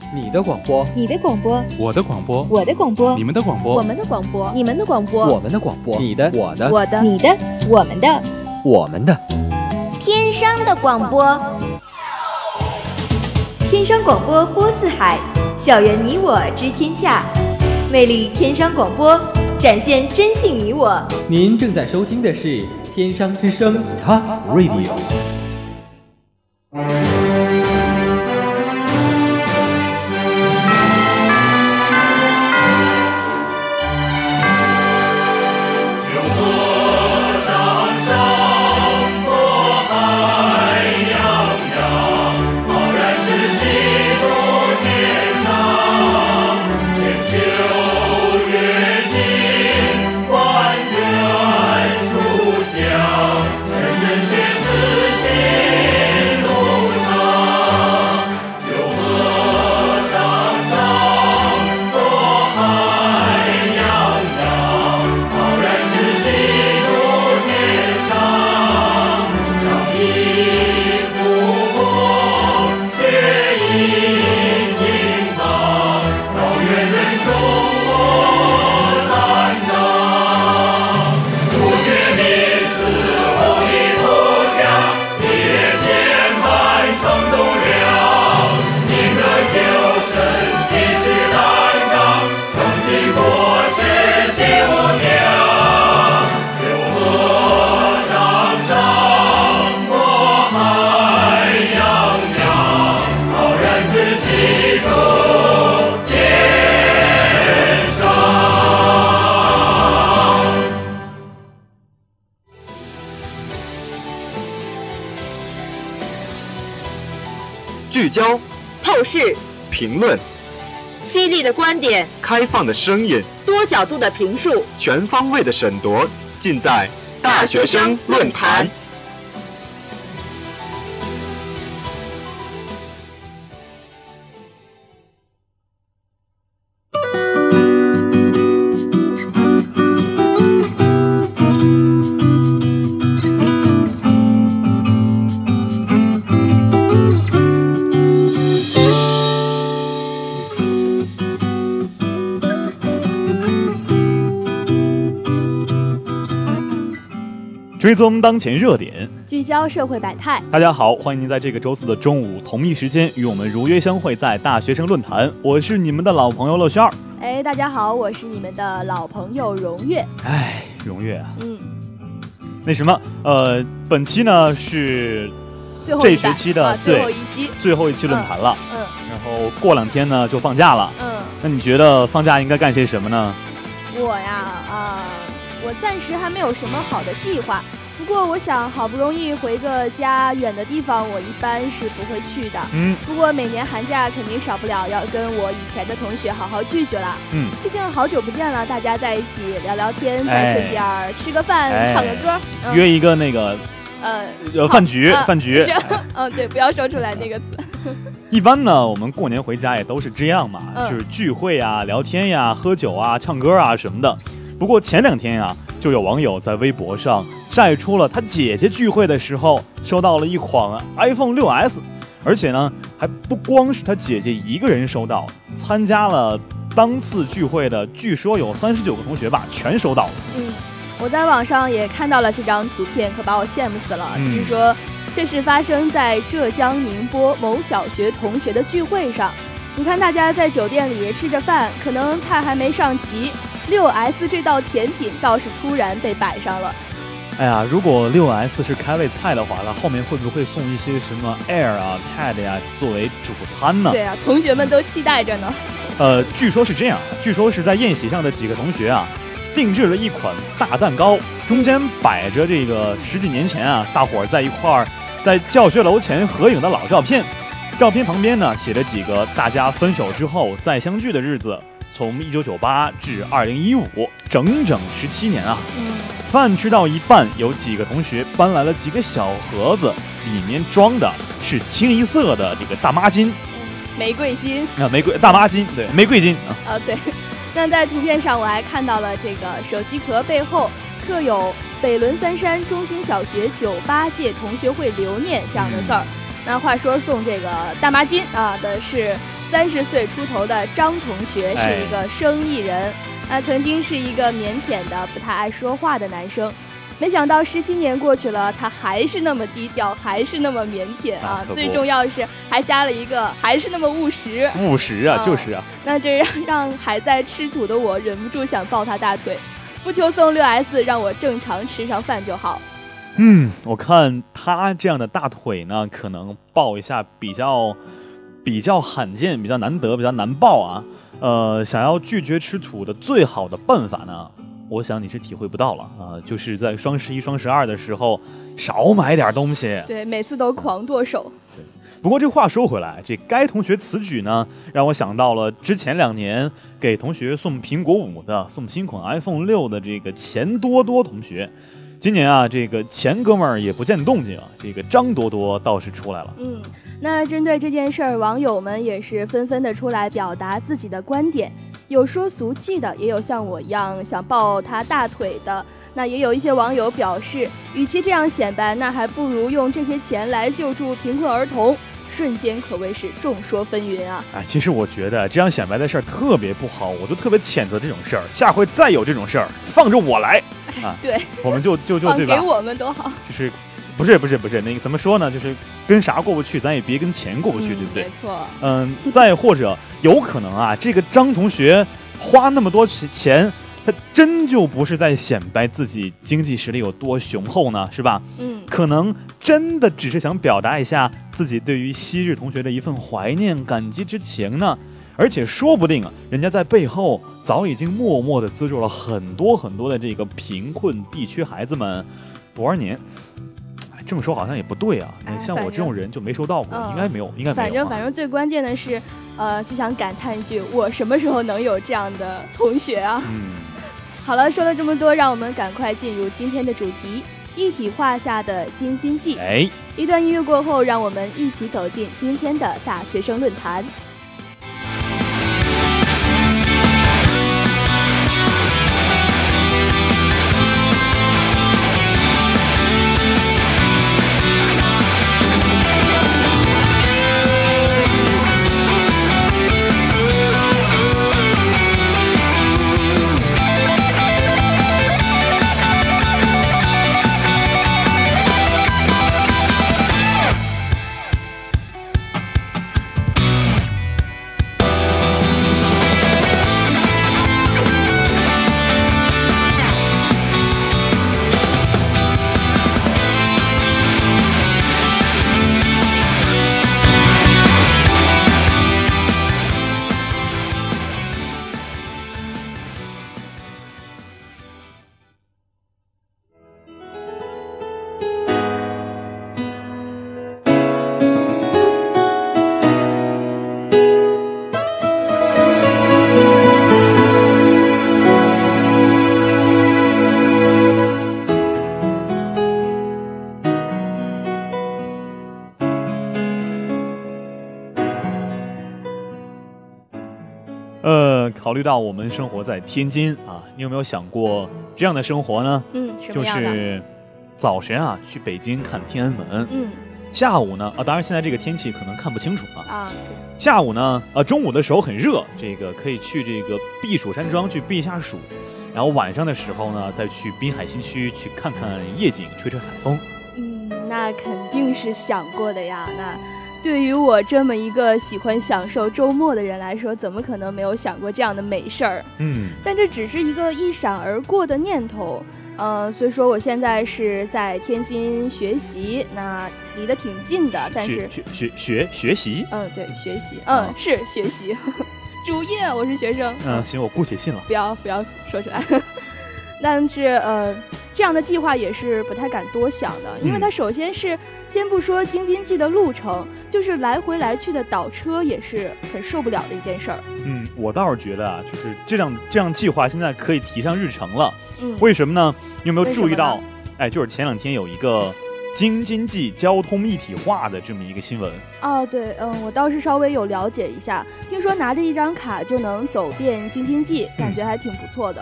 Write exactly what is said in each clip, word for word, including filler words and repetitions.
你的广播， 你的广播， 我的广播， 我的广播， 你们的广播， 我们的广播，你们的广播， 我们的广播，你的，我的， 我的，你的，我们的， 我们的， 天商的广播。 天商广播播四海，校园你我知天下，魅力天商广播，展现真性你我。 您正在收听的是天商之声 Top Radio。 聚焦、 透视、 评论， 犀利的观点， 开放的声音， 多角度的评述， 全方位的审夺，尽在大学生论坛。 追踪当前热点， 聚焦社会百态。 大家好，欢迎您在这个周四的中午同一时间与我们如约相会在大学生论坛。我是你们的老朋友乐轩儿。 哎，大家好，我是你们的老朋友荣月。 哎，荣月啊， 嗯， 那什么，呃，本期呢是这学期的、 啊、最后一期最后一期论坛了。 嗯，嗯然后过两天呢就放假了。 嗯， 那你觉得放假应该干些什么呢？ 我呀，啊、呃，我暂时还没有什么好的计划。不过我想好不容易回个家远的地方，我一般是不会去的。 嗯， 不过每年寒假肯定少不了要跟我以前的同学好好聚聚了。 嗯， 毕竟好久不见了，大家在一起聊聊天，再顺便吃个饭、哎、唱个歌、 嗯，约一个那个呃呃饭局、啊、饭局。 嗯，对，不要说出来那个词。 一般呢，我们过年回家也都是这样嘛， 嗯、 就是聚会呀、聊天呀、喝酒啊、唱歌啊什么的。不过前两天啊，就有网友在微博上晒出了他姐姐聚会的时候收到了一款 iPhone 六 S， 而且呢，还不光是他姐姐一个人收到，参加了当次聚会的，据说有三十九个同学吧，全收到了。 嗯，我在网上也看到了这张图片，可把我羡慕死了。嗯、据说这是发生在浙江宁波某小学同学的聚会上。你看，大家在酒店里吃着饭，可能菜还没上齐。六 S 这道甜品倒是突然被摆上了。 哎呀，如果六 S 是开胃菜的话，那后面会不会送一些什么 Air 啊、Pad 呀、啊、作为主餐呢？ 对啊，同学们都期待着呢。 呃，据说是这样，据说是在宴席上的几个同学啊，定制了一款大蛋糕，中间摆着这个十几年前啊，大伙儿在一块儿在教学楼前合影的老照片，照片旁边呢写着几个大家分手之后再相聚的日子。从一九九八至二零一五，整整十七年啊！ 嗯， 饭吃到一半，有几个同学搬来了几个小盒子，里面装的是清一色的这个大妈巾， 嗯、玫瑰巾啊，玫瑰大妈巾，对，玫瑰巾啊。 啊，对。那在图片上我还看到了这个手机壳背后刻有北仑三山中心小学九八届同学会留念这样的字儿。嗯，那话说送这个大妈巾啊的是三十岁出头的张同学是一个生意人，那、哎、曾经是一个腼腆的、不太爱说话的男生。没想到十七年过去了，他还是那么低调，还是那么腼腆啊！最重要的是还加了一个还是那么务实。 务实啊，啊就是啊。 那这让让还在吃土的我忍不住想抱他大腿，不求送 六 S， 让我正常吃上饭就好。 嗯，我看他这样的大腿呢，可能抱一下比较比较罕见，比较难得，比较难抱啊。呃，想要拒绝吃土的最好的办法呢？我想你是体会不到了啊、呃，就是在双十一、双十二的时候少买点东西。 对，每次都狂剁手。 对，不过这话说回来，这该同学此举呢，让我想到了之前两年给同学送苹果五的、送新款 iPhone 六的这个钱多多同学。今年啊，这个钱哥们儿也不见动静啊，这个张多多倒是出来了。 嗯，那针对这件事儿，网友们也是纷纷的出来表达自己的观点。有说俗气的，也有像我一样想抱他大腿的。那也有一些网友表示，与其这样显摆，那还不如用这些钱来救助贫困儿童。瞬间可谓是众说纷纭啊！ 哎，其实我觉得这样显摆的事儿特别不好，我就特别谴责这种事儿。下回再有这种事儿，放着我来啊！ 对， 我们就就就对吧？ 给我们多好。 就是，不是不是不是那个怎么说呢？就是跟啥过不去，咱也别跟钱过不去， 嗯、 对不对？ 没错。 嗯，再或者有可能啊，这个张同学花那么多钱，他真就不是在显摆自己经济实力有多雄厚呢，是吧？ 嗯， 可能真的只是想表达一下自己对于昔日同学的一份怀念、感激之情呢。而且说不定啊，人家在背后早已经默默地资助了很多很多的这个贫困地区孩子们多少年。这么说好像也不对啊， 哎、 像我这种人就没收到过，嗯、应该没有，应该没有、啊。 反正反正最关键的是，呃，就想感叹一句，我什么时候能有这样的同学啊？ 嗯。 好了，说了这么多，让我们赶快进入今天的主题——一体化下的京津冀。 哎， 一段音乐过后，让我们一起走进今天的大学生论坛。 呃，考虑到我们生活在天津啊，你有没有想过这样的生活呢？ 嗯，什么样的？ 就是早晨啊去北京看天安门， 嗯， 下午呢啊，当然现在这个天气可能看不清楚啊， 啊， 下午呢，呃，中午的时候很热，这个可以去这个避暑山庄去避一下暑，然后晚上的时候呢，再去滨海新区去看看夜景，吹吹海风。 嗯，那肯定是想过的呀，那。对于我这么一个喜欢享受周末的人来说，怎么可能没有想过这样的美事儿？ 嗯， 但这只是一个一闪而过的念头。呃，所以说我现在是在天津学习，那离得挺近的，但是学学学学习， 嗯，对，学习，嗯，哦、是学习。主业，我是学生。 嗯，行，我姑且信了。 不要不要说出来。但是呃，这样的计划也是不太敢多想的，因为它首先是、嗯、先不说京津冀的路程，就是来回来去的倒车也是很受不了的一件事儿。 嗯，我倒是觉得啊，就是这样这样计划现在可以提上日程了。 嗯， 为什么呢？你有没有注意到？哎，就是前两天有一个京津冀交通一体化的这么一个新闻。 哦，对，嗯，我倒是稍微有了解一下，听说拿着一张卡就能走遍京津冀，感觉还挺不错的。嗯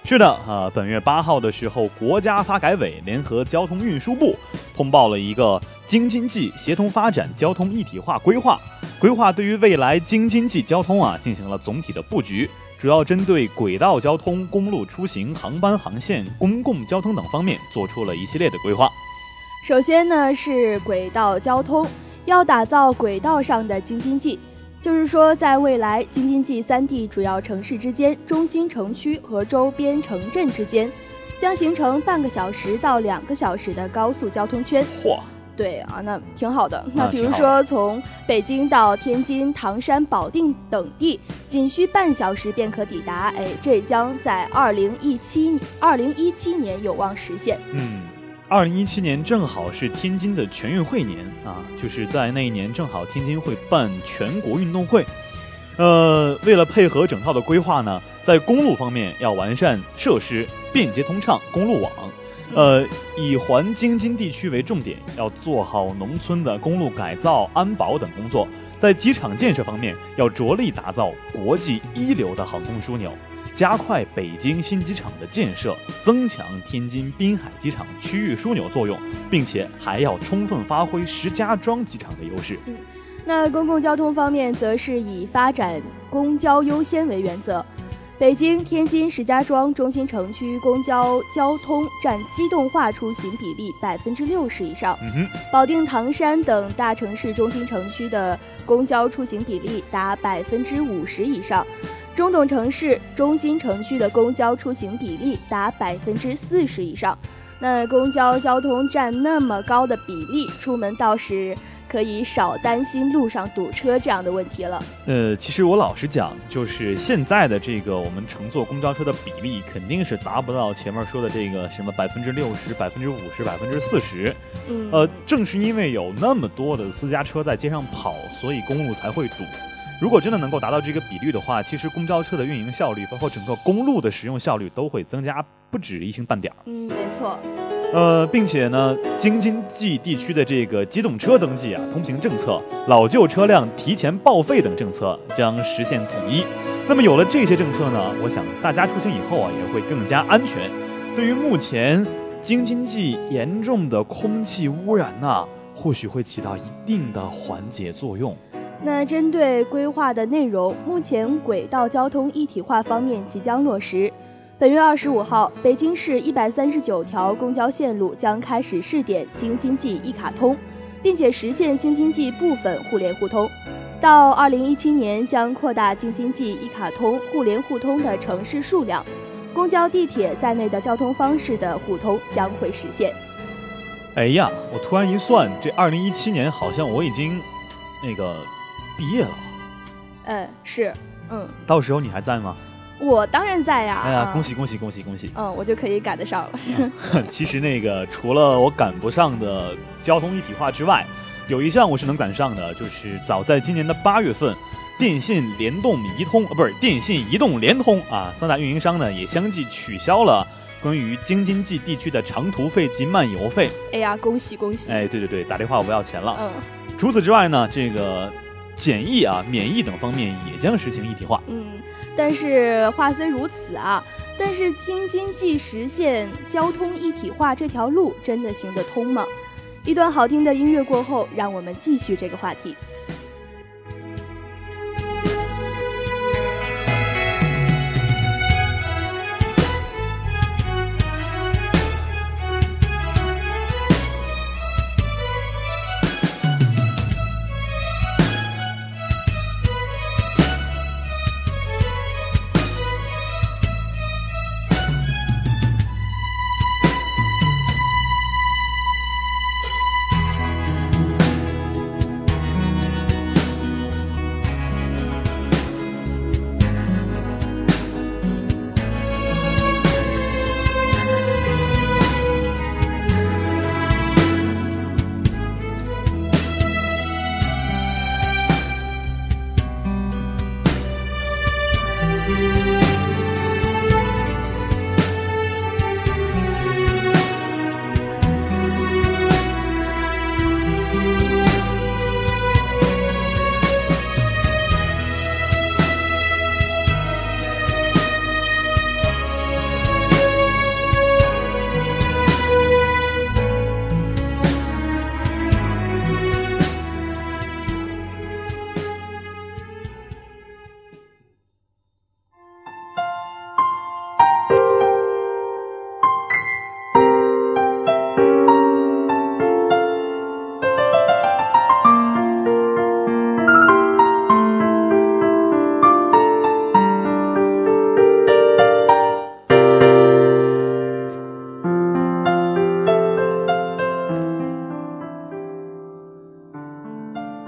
是的，呃，本月八号的时候，国家发改委联合交通运输部通报了一个京津冀协同发展交通一体化规划。规划对于未来京津冀交通啊进行了总体的布局，主要针对轨道交通、公路出行、航班航线、公共交通等方面做出了一系列的规划。 首先呢是轨道交通，要打造轨道上的京津冀。就是说，在未来京津冀三地主要城市之间、中心城区和周边城镇之间，将形成半个小时到两个小时的高速交通圈。 嚯！ 对啊，那挺好的。那比如说，从北京到天津、唐山、保定等地，仅需半小时便可抵达。哎，这将在二零一七二零一七年有望实现。 嗯。二零一七年正好是天津的全运会年啊，就是在那一年正好天津会办全国运动会。呃，为了配合整套的规划呢，在公路方面要完善设施，便捷通畅公路网。呃，以环京津地区为重点，要做好农村的公路改造、安保等工作。在机场建设方面，要着力打造国际一流的航空枢纽。加快北京新机场的建设，增强天津滨海机场区域枢纽作用，并且还要充分发挥石家庄机场的优势。 嗯，那公共交通方面，则是以发展公交优先为原则。北京、天津、石家庄中心城区公交交通占机动化出行比例百分之六十以上， 嗯哼， 保定、唐山等大城市中心城区的公交出行比例达百分之五十以上。中等城市中心城区的公交出行比例达百分之四十以上，那公交交通占那么高的比例，出门倒是可以少担心路上堵车这样的问题了。 呃，其实我老实讲，就是现在的这个我们乘坐公交车的比例，肯定是达不到前面说的这个什么百分之六十、百分之五十、百分之四十。 嗯， 呃，正是因为有那么多的私家车在街上跑，所以公路才会堵。如果真的能够达到这个比率的话，其实公交车的运营效率，包括整个公路的使用效率，都会增加不止一星半点。 嗯，没错。 呃，并且呢，京津冀地区的这个机动车登记啊、通行政策、老旧车辆提前报废等政策将实现统一。那么有了这些政策呢，我想大家出行以后啊，也会更加安全。对于目前京津冀严重的空气污染呐、啊，或许会起到一定的缓解作用。 那针对规划的内容，目前轨道交通一体化方面即将落实。本月二十五号，北京市一百三十九条公交线路将开始试点京津冀一卡通，并且实现京津冀部分互联互通。到二零一七年，将扩大京津冀一卡通互联互通的城市数量，公交、地铁在内的交通方式的互通将会实现。 哎呀，我突然一算，这二零一七年好像我已经那个毕业了。 嗯，是，嗯。 到时候你还在吗？ 我当然在呀！ 哎呀，恭喜恭喜恭喜恭喜！ 嗯，我就可以赶得上了。 其实那个除了我赶不上的交通一体化之外，有一项我是能赶上的，就是早在今年的八月份，电信、联动、移通啊，不是电信、移动、联通啊，三大运营商呢也相继取消了关于京津冀地区的长途费及漫游费。 哎呀，恭喜恭喜！ 哎，对对对，打电话不要钱了。 嗯。 除此之外呢，这个检疫啊、免疫等方面也将实行一体化。 嗯。但是话虽如此啊，但是京津冀实现交通一体化这条路真的行得通吗？一段好听的音乐过后，让我们继续这个话题。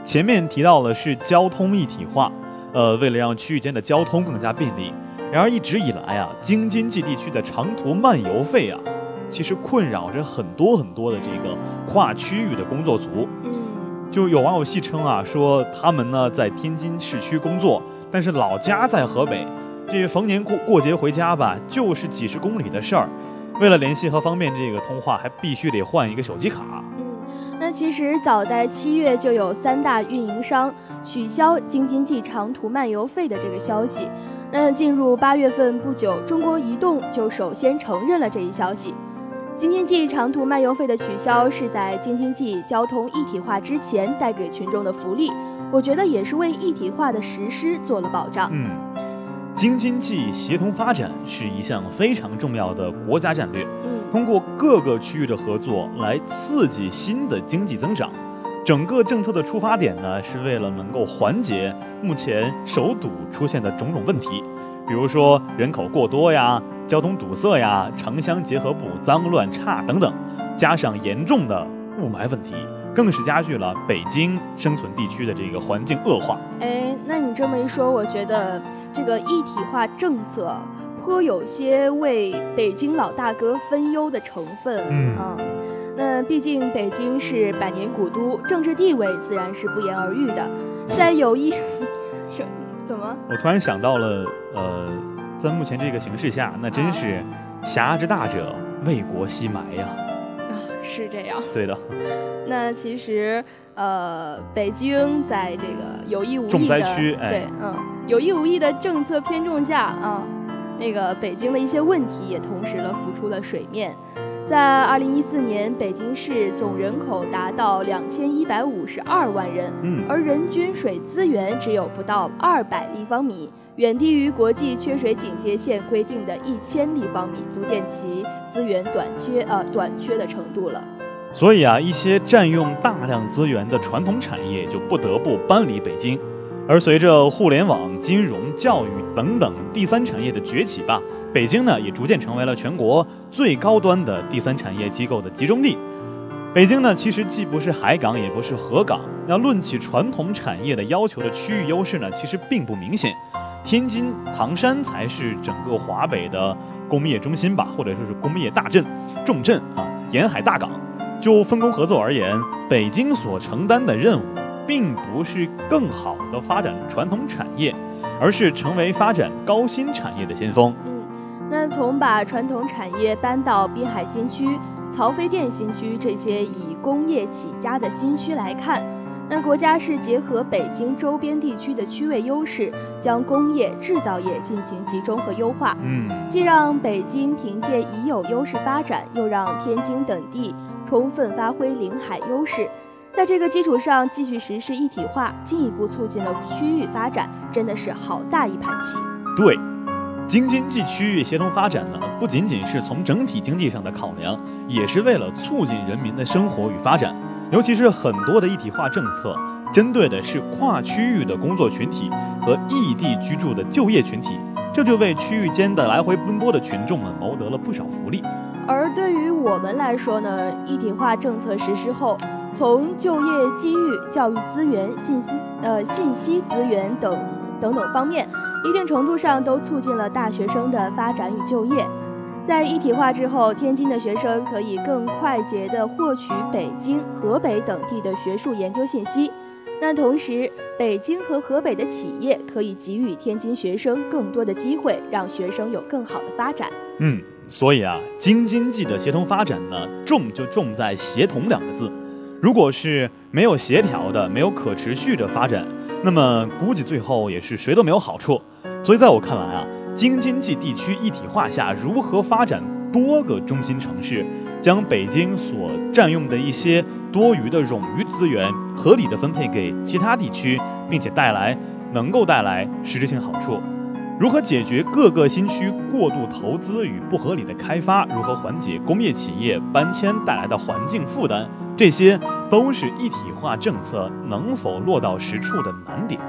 前面提到的是交通一体化，呃，为了让区域间的交通更加便利。然而一直以来啊，京津冀地区的长途漫游费啊，其实困扰着很多很多的这个跨区域的工作族。 嗯， 就有网友戏称啊，说他们呢在天津市区工作，但是老家在河北，这逢年过过节回家吧，就是几十公里的事儿。为了联系和方便这个通话，还必须得换一个手机卡。 嗯，那其实早在七月就有三大运营商取消京津冀长途漫游费的这个消息。那进入八月份不久，中国移动就首先承认了这一消息。京津冀长途漫游费的取消是在京津冀交通一体化之前带给群众的福利，我觉得也是为一体化的实施做了保障。 嗯，京津冀协同发展是一项非常重要的国家战略， 嗯， 通过各个区域的合作来刺激新的经济增长。整个政策的出发点呢，是为了能够缓解目前首堵出现的种种问题，比如说人口过多呀、交通堵塞呀、城乡结合部脏乱差等等，加上严重的雾霾问题，更是加剧了北京生存地区的这个环境恶化。 哎，那你这么一说，我觉得这个一体化政策颇有些为北京老大哥分忧的成分。 嗯啊，那毕竟北京是百年古都，政治地位自然是不言而喻的。在有意什怎么？ 我突然想到了，呃，在目前这个形势下，那真是侠之大者，为国惜埋呀。 啊，是这样。 对的。 那其实，呃，北京在这个有意无意的重灾区，哎， 对，嗯，有意无意的政策偏重下啊，那个北京的一些问题也同时了浮出了水面。在二零一四年，北京市总人口达到两千一百五十二万人， 嗯， 而人均水资源只有不到二百立方米，远低于国际缺水警戒线规定的一千立方米，足见其资源短缺呃短缺的程度了。 所以啊，一些占用大量资源的传统产业就不得不搬离北京，而随着互联网、金融、教育等等第三产业的崛起吧，北京呢也逐渐成为了全国最高端的第三产业机构的集中地。北京呢其实既不是海港，也不是河港，那论起传统产业的要求的区域优势呢，其实并不明显。天津、唐山才是整个华北的工业中心吧，或者说是工业大镇、重镇啊，沿海大港。就分工合作而言，北京所承担的任务并不是更好的发展传统产业，而是成为发展高新产业的先锋。 嗯，那从把传统产业搬到滨海新区、曹妃甸新区这些以工业起家的新区来看，那国家是结合北京周边地区的区位优势，将工业制造业进行集中和优化， 嗯， 既让北京凭借已有优势发展，又让天津等地充分发挥临海优势，在这个基础上继续实施一体化，进一步促进了区域发展，真的是好大一盘棋。 对，京津冀区域协同发展呢，不仅仅是从整体经济上的考量，也是为了促进人民的生活与发展。尤其是很多的一体化政策，针对的是跨区域的工作群体和异地居住的就业群体，这就为区域间的来回奔波的群众们谋得了不少福利。 而对于我们来说呢，一体化政策实施后，从就业机遇、教育资源、信息呃信息资源等等等方面，一定程度上都促进了大学生的发展与就业。在一体化之后，天津的学生可以更快捷地获取北京、河北等地的学术研究信息。那同时，北京和河北的企业可以给予天津学生更多的机会，让学生有更好的发展。 嗯，所以啊，京津冀的协同发展呢，重就重在协同两个字。如果是没有协调的、没有可持续的发展，那么估计最后也是谁都没有好处。所以在我看来啊，京津冀地区一体化下如何发展多个中心城市，将北京所占用的一些多余的冗余资源合理的分配给其他地区，并且带来能够带来实质性好处。如何解决各个新区过度投资与不合理的开发，如何缓解工业企业搬迁带来的环境负担，这些都是一体化政策能否落到实处的难点。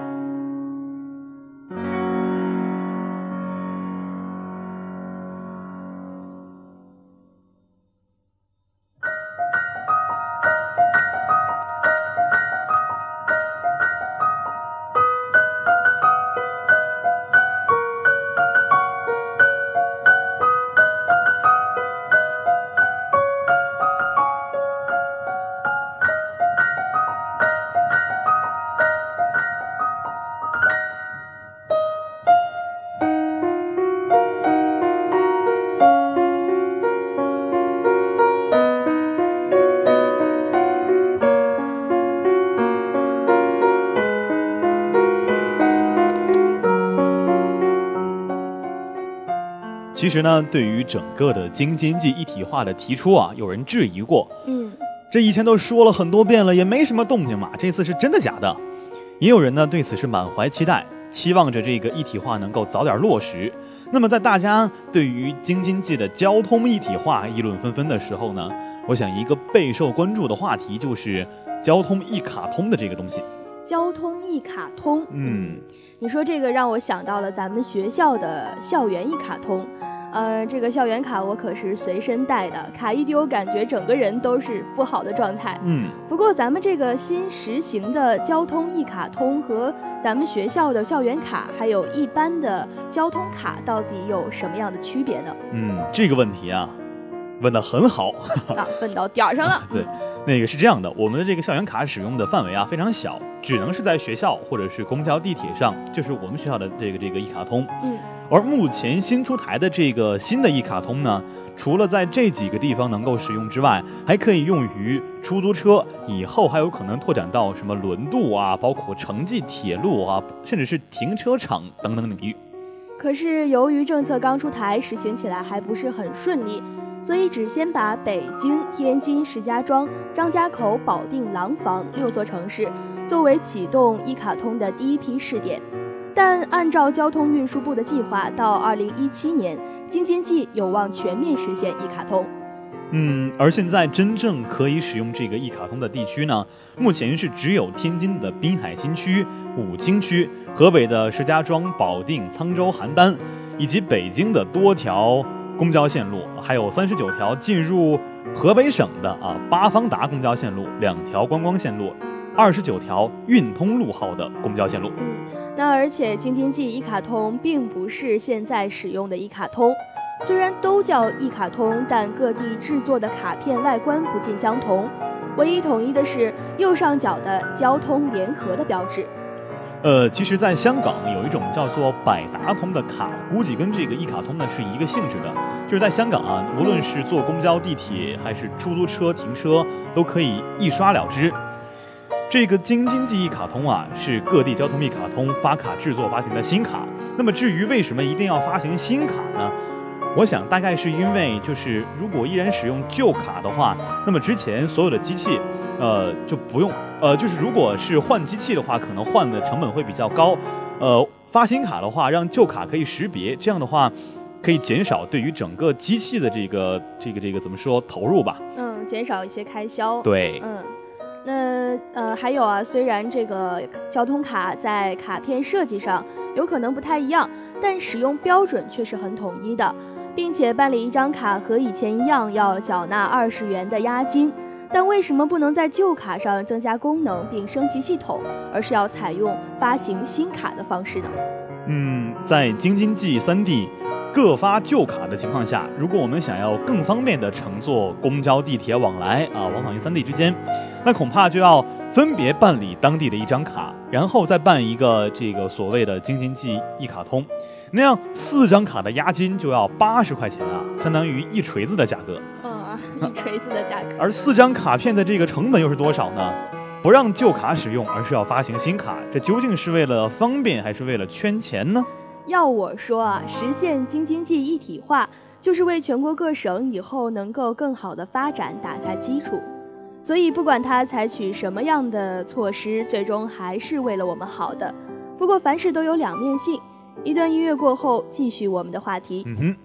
其实呢，对于整个的京津冀一体化的提出啊，有人质疑过。 嗯， 这以前都说了很多遍了，也没什么动静嘛，这次是真的假的？也有人呢对此是满怀期待，期望着这个一体化能够早点落实。那么在大家对于京津冀的交通一体化议论纷纷的时候呢，我想一个备受关注的话题就是交通一卡通的这个东西。 交通一卡通， 嗯， 你说这个让我想到了咱们学校的校园一卡通。呃，这个校园卡我可是随身带的，卡一丢，感觉整个人都是不好的状态。 嗯， 不过咱们这个新实行的交通一卡通和咱们学校的校园卡，还有一般的交通卡，到底有什么样的区别呢？ 嗯，这个问题啊，问得很好啊，问到点儿上了。 对，那个是这样的，我们的这个校园卡使用的范围啊非常小，只能是在学校或者是公交地铁上，就是我们学校的这个这个一卡通。 嗯。 而目前新出台的这个新的一卡通呢，除了在这几个地方能够使用之外，还可以用于出租车，以后还有可能拓展到什么轮渡啊，包括城际铁路啊，甚至是停车场等等领域。 可是由于政策刚出台，实行起来还不是很顺利，所以只先把北京、天津、石家庄、张家口、保定、廊坊六座城市作为启动一卡通的第一批试点。但按照交通运输部的计划，到二零一七年，京津冀有望全面实现一卡通。 嗯，而现在真正可以使用这个一卡通的地区呢，目前是只有天津的滨海新区、武清区，河北的石家庄、保定、沧州、邯郸，以及北京的多条公交线路，还有三十九条进入河北省的啊八方达公交线路，两条观光线路，二十九条运通路号的公交线路。 嗯，那而且京津冀一卡通并不是现在使用的一卡通，虽然都叫一卡通，但各地制作的卡片外观不尽相同，唯一统一的是右上角的交通联合的标志。 呃，其实在香港有一种叫做百达通的卡，估计跟这个一卡通呢是一个性质的，就是在香港啊，无论是坐公交、地铁还是出租车停车，都可以一刷了之。这个京津冀一卡通啊，是各地交通一卡通发卡制作发行的新卡。那么至于为什么一定要发行新卡呢？我想大概是因为，就是如果依然使用旧卡的话，那么之前所有的机器，呃，就不用，呃，就是如果是换机器的话，可能换的成本会比较高。呃，发新卡的话，让旧卡可以识别，这样的话，可以减少对于整个机器的这个这个这个怎么说投入吧？ 嗯，减少一些开销。 对， 嗯。那呃还有啊，虽然这个交通卡在卡片设计上有可能不太一样，但使用标准却是很统一的，并且办理一张卡和以前一样要缴纳二十元的押金。但为什么不能在旧卡上增加功能并升级系统，而是要采用发行新卡的方式呢？ 嗯，在京津冀三地各发旧卡的情况下，如果我们想要更方便的乘坐公交、地铁往来啊，往返于三地之间，那恐怕就要分别办理当地的一张卡，然后再办一个这个所谓的京津冀一卡通，那样四张卡的押金就要八十块钱啊，相当于一锤子的价格。 嗯，一锤子的价格。 而四张卡片的这个成本又是多少呢？不让旧卡使用，而是要发行新卡，这究竟是为了方便还是为了圈钱呢？ 要我说啊，实现京津冀一体化，就是为全国各省以后能够更好的发展打下基础。所以不管它采取什么样的措施，最终还是为了我们好的。不过凡事都有两面性。一段音乐过后，继续我们的话题。 嗯哼。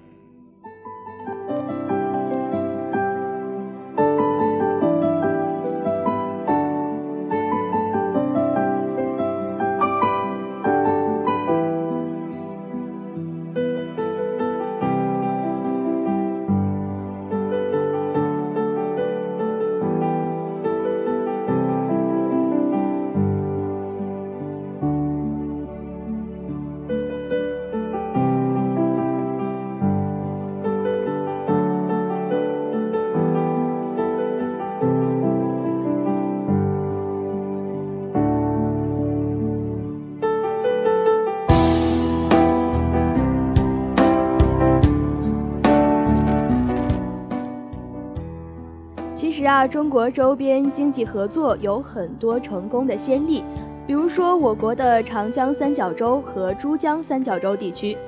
其实啊，中国周边经济合作有很多成功的先例，比如说我国的长江三角洲和珠江三角洲地区。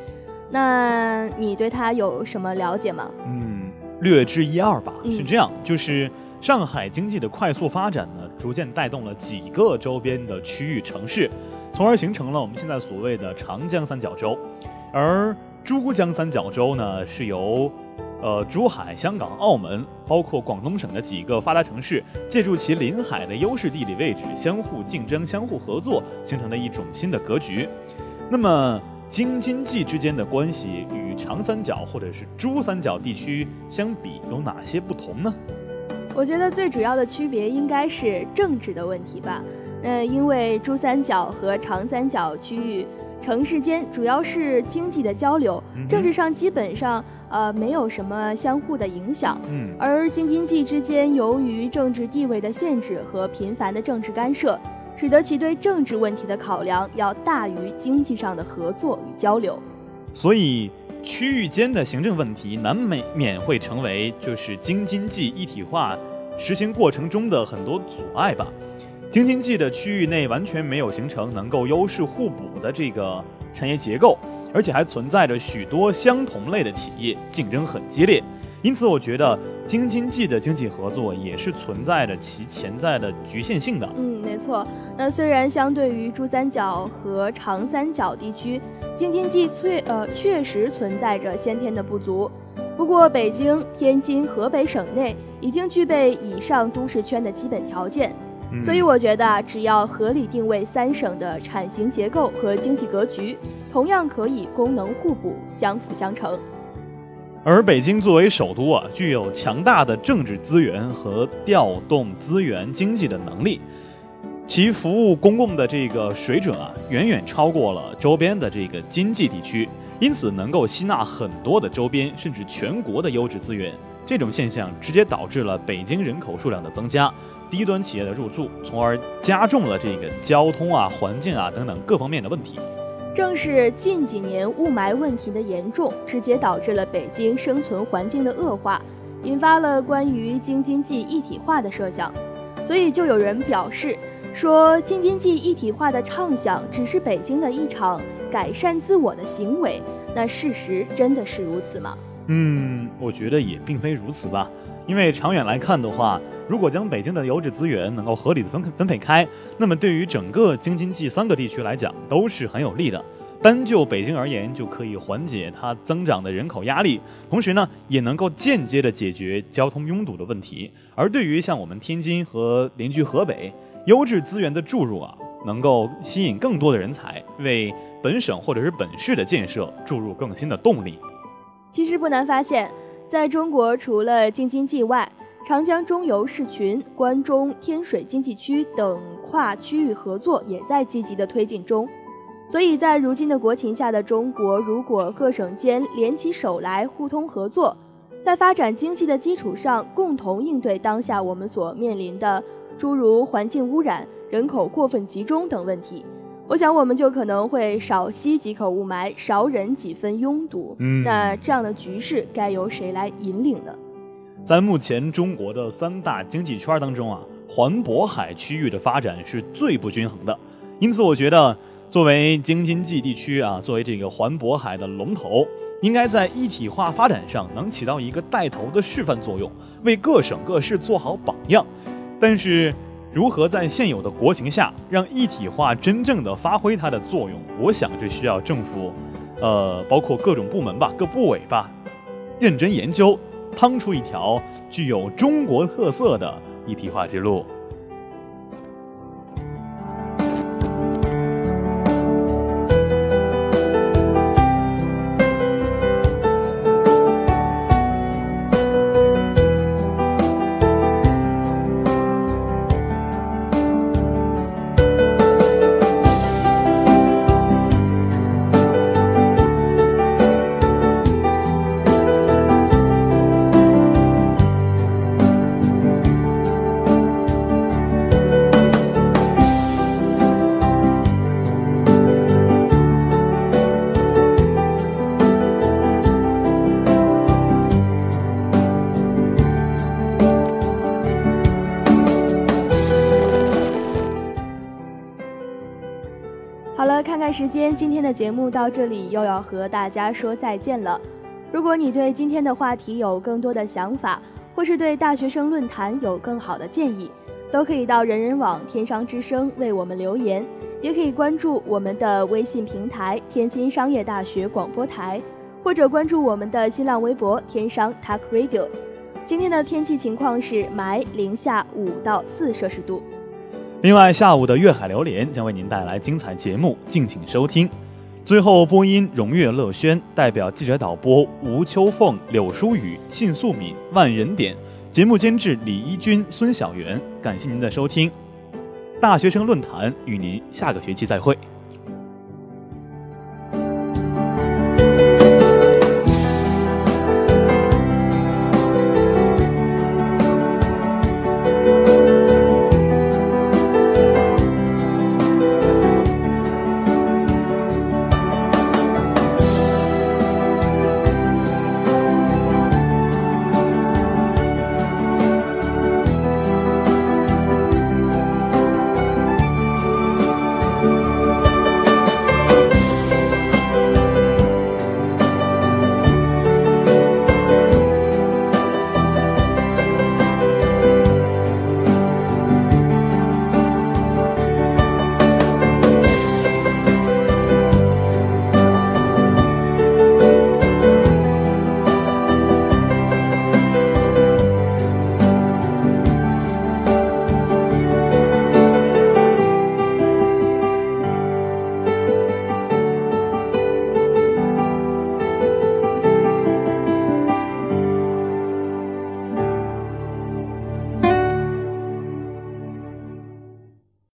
那你对它有什么了解吗？ 嗯，略知一二吧。 嗯、 是这样，就是上海经济的快速发展呢，逐渐带动了几个周边的区域城市，从而形成了我们现在所谓的长江三角洲。而珠江三角洲呢，是由呃珠海、香港、澳门，包括广东省的几个发达城市，借助其临海的优势地理位置，相互竞争、相互合作，形成的一种新的格局。那么京津冀之间的关系与长三角或者是珠三角地区相比有哪些不同呢？ 我觉得最主要的区别应该是政治的问题吧。呃，因为珠三角和长三角区域城市间主要是经济的交流， 嗯、 政治上基本上呃没有什么相互的影响。 嗯， 而京津冀之间由于政治地位的限制和频繁的政治干涉，使得其对政治问题的考量要大于经济上的合作与交流。 所以区域间的行政问题难免会成为就是京津冀一体化实行过程中的很多阻碍吧。京津冀的区域内完全没有形成能够优势互补的这个产业结构，而且还存在着许多相同类的企业，竞争很激烈。因此我觉得京津冀的经济合作也是存在着其潜在的局限性的。 嗯，没错。那虽然相对于珠三角和长三角地区，京津冀确呃确实存在着先天的不足，不过北京、天津、河北省内已经具备以上都市圈的基本条件。 嗯、 所以我觉得只要合理定位三省的产型结构和经济格局，同样可以功能互补，相辅相成。 而北京作为首都啊，具有强大的政治资源和调动资源经济的能力，其服务公共的这个水准啊，远远超过了周边的这个经济地区，因此能够吸纳很多的周边甚至全国的优质资源。这种现象直接导致了北京人口数量的增加，低端企业的入驻，从而加重了这个交通啊、环境啊等等各方面的问题。 正是近几年雾霾问题的严重，直接导致了北京生存环境的恶化，引发了关于京津冀一体化的设想。所以就有人表示说，京津冀一体化的畅想只是北京的一场改善自我的行为。那事实真的是如此吗？ 嗯，我觉得也并非如此吧。因为长远来看的话，如果将北京的优质资源能够合理的分分配开，那么对于整个京津冀三个地区来讲都是很有利的。单就北京而言，就可以缓解它增长的人口压力，同时呢，也能够间接的解决交通拥堵的问题。而对于像我们天津和邻居河北，优质资源的注入啊，能够吸引更多的人才，为本省或者是本市的建设注入更新的动力。 其实不难发现，在中国除了京津冀外，长江中游市群、关中、天水经济区等跨区域合作也在积极的推进中。所以在如今的国情下的中国，如果各省间联起手来互通合作，在发展经济的基础上，共同应对当下我们所面临的诸如环境污染、人口过分集中等问题，我想我们就可能会少吸几口雾霾，少忍几分拥堵。 嗯， 那这样的局势该由谁来引领呢？ 在目前中国的三大经济圈当中啊，环渤海区域的发展是最不均衡的。因此我觉得作为京津冀地区啊，作为这个环渤海的龙头，应该在一体化发展上能起到一个带头的示范作用，为各省各市做好榜样。但是如何在现有的国情下让一体化真正的发挥它的作用，我想这需要政府呃，包括各种部门吧、各部委吧，认真研究，趟出一条具有中国特色的一体化之路。 时间，今天的节目到这里又要和大家说再见了。如果你对今天的话题有更多的想法，或是对大学生论坛有更好的建议，都可以到人人网天商之声为我们留言，也可以关注我们的微信平台天津商业大学广播台，或者关注我们的新浪微博天商 Talk Radio。 今天的天气情况是霾，零下五到四摄氏度。 另外，下午的粤海榴莲将为您带来精彩节目，敬请收听。最后，播音荣月乐轩，代表记者导播吴秋凤、柳淑雨、信素敏、万人点，节目监制李一军、孙小元。感谢您的收听，大学生论坛与您下个学期再会。